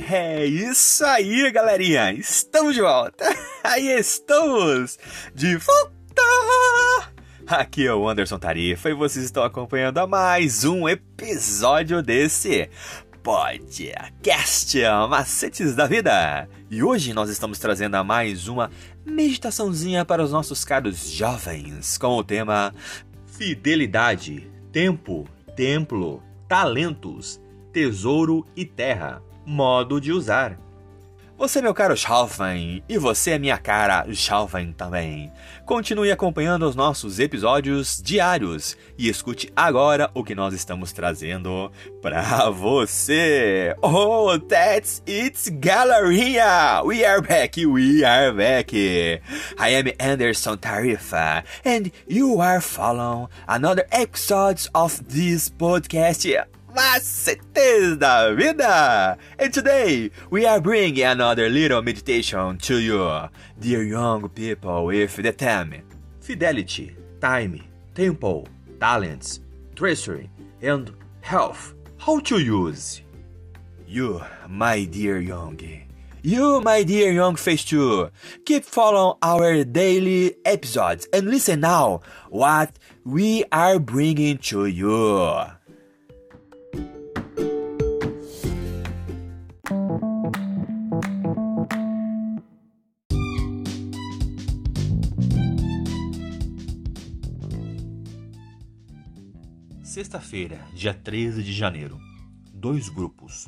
É isso aí, galerinha! Estamos de volta! Aí estamos de volta! Aqui é o Anderson Tarifa e vocês estão acompanhando a mais um episódio desse podcast Macetes da Vida. E hoje nós estamos trazendo a mais uma meditaçãozinha para os nossos caros jovens com o tema Fidelidade, Tempo, Templo, Talentos, Tesouro e Terra. Modo de usar. Você, meu caro jovem, e você, minha cara jovem também. Continue acompanhando os nossos episódios diários e escute agora o que nós estamos trazendo pra você. Oh, that's it, galerinha! We are back, we are back. I am Anderson Tarifa, and you are following another episode of this podcast. Macetes da Vida! And today we are bringing another little meditation to you, dear young people, with the theme Fidelity, Time, Temple, Talents, Treasury, and Health. How to use. You, my dear young face too, keep following our daily episodes and listen now what we are bringing to you. Sexta-feira, dia 13 de janeiro. 2 grupos.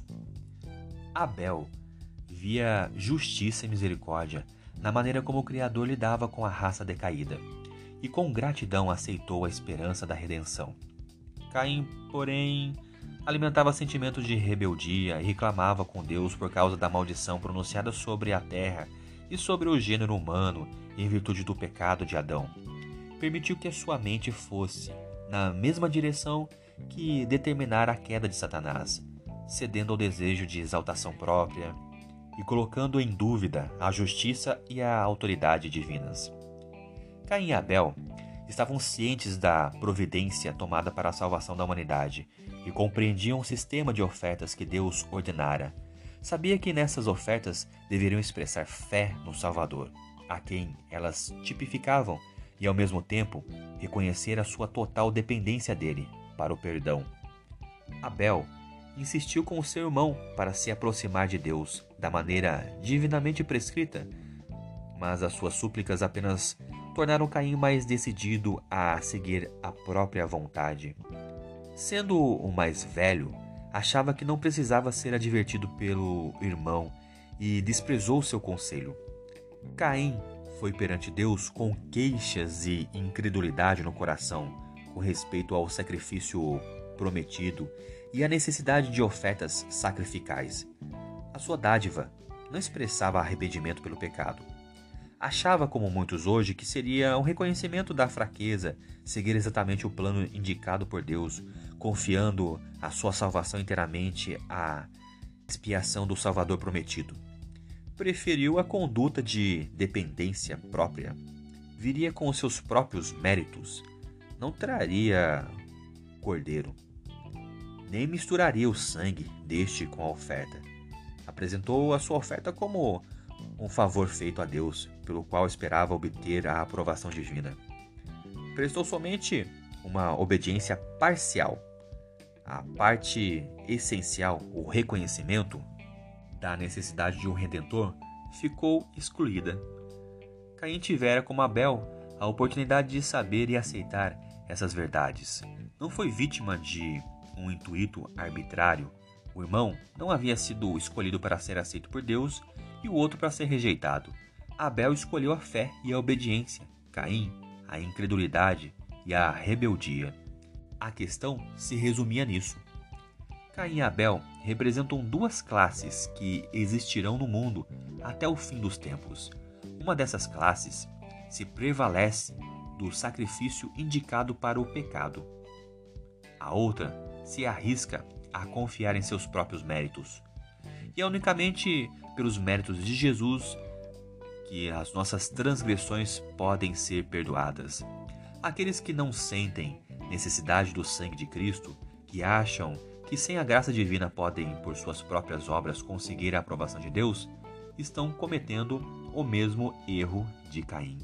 Abel via justiça e misericórdia na maneira como o Criador lidava com a raça decaída, e com gratidão aceitou a esperança da redenção. Caim, porém, alimentava sentimentos de rebeldia e reclamava com Deus por causa da maldição pronunciada sobre a terra e sobre o gênero humano em virtude do pecado de Adão. Permitiu que a sua mente fosse na mesma direção que determinara a queda de Satanás, cedendo ao desejo de exaltação própria e colocando em dúvida a justiça e a autoridade divinas. Caim e Abel estavam cientes da providência tomada para a salvação da humanidade e compreendiam o sistema de ofertas que Deus ordenara. Sabia que nessas ofertas deveriam expressar fé no Salvador, a quem elas tipificavam, e ao mesmo tempo reconhecer a sua total dependência dele para o perdão. Abel insistiu com o seu irmão para se aproximar de Deus da maneira divinamente prescrita, mas as suas súplicas apenas tornaram Caim mais decidido a seguir a própria vontade. Sendo o mais velho, achava que não precisava ser advertido pelo irmão e desprezou seu conselho. Caim foi perante Deus com queixas e incredulidade no coração com respeito ao sacrifício prometido e à necessidade de ofertas sacrificais. A sua dádiva não expressava arrependimento pelo pecado. Achava, como muitos hoje, que seria um reconhecimento da fraqueza seguir exatamente o plano indicado por Deus, confiando a sua salvação inteiramente à expiação do Salvador prometido. Preferiu a conduta de dependência própria. Viria com os seus próprios méritos. Não traria cordeiro, nem misturaria o sangue deste com a oferta. Apresentou a sua oferta como um favor feito a Deus, pelo qual esperava obter a aprovação divina. Prestou somente uma obediência parcial. A parte essencial, o reconhecimento da necessidade de um Redentor, ficou excluída. Caim tivera, como Abel, a oportunidade de saber e aceitar essas verdades. Não foi vítima de um intuito arbitrário. O irmão não havia sido escolhido para ser aceito por Deus e o outro para ser rejeitado. Abel escolheu a fé e a obediência. Caim, a incredulidade e a rebeldia. A questão se resumia nisso. Caim e Abel representam 2 classes que existirão no mundo até o fim dos tempos. Uma dessas classes se prevalece do sacrifício indicado para o pecado. A outra se arrisca a confiar em seus próprios méritos. E é unicamente pelos méritos de Jesus que as nossas transgressões podem ser perdoadas. Aqueles que não sentem necessidade do sangue de Cristo, que acham que sem a graça divina podem, por suas próprias obras, conseguir a aprovação de Deus, estão cometendo o mesmo erro de Caim.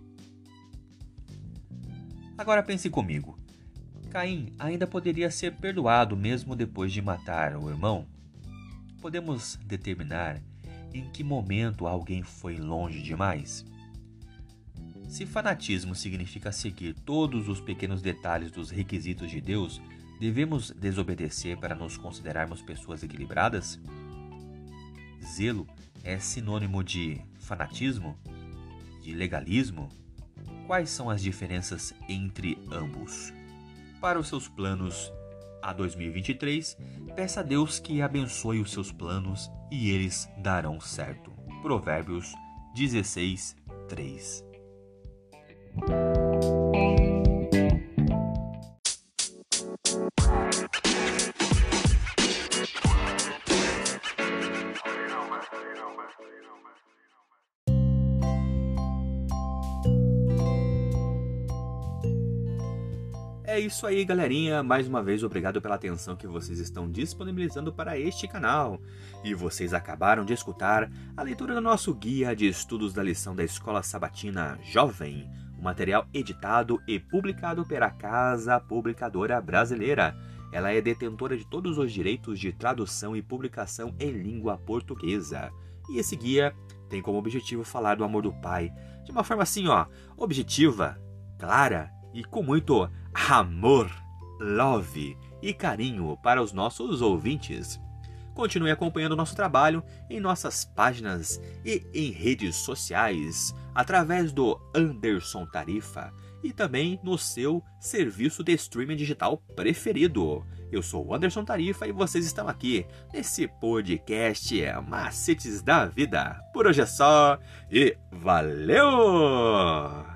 Agora pense comigo. Caim ainda poderia ser perdoado mesmo depois de matar o irmão? Podemos determinar em que momento alguém foi longe demais? Se fanatismo significa seguir todos os pequenos detalhes dos requisitos de Deus, devemos desobedecer para nos considerarmos pessoas equilibradas? Zelo é sinônimo de fanatismo? De legalismo? Quais são as diferenças entre ambos? Para os seus planos a 2023, peça a Deus que abençoe os seus planos e eles darão certo. Provérbios 16, 3. É isso aí, galerinha. Mais uma vez, obrigado pela atenção que vocês estão disponibilizando para este canal. E vocês acabaram de escutar a leitura do nosso guia de estudos da lição da Escola Sabatina Jovem, um material editado e publicado pela Casa Publicadora Brasileira. Ela é detentora de todos os direitos de tradução e publicação em língua portuguesa. E esse guia tem como objetivo falar do amor do Pai de uma forma assim, objetiva, clara e com muito amor, love e carinho para os nossos ouvintes. Continue acompanhando nosso trabalho em nossas páginas e em redes sociais, através do Anderson Tarifa e também no seu serviço de streaming digital preferido. Eu sou o Anderson Tarifa e vocês estão aqui nesse podcast Macetes da Vida. Por hoje é só e valeu!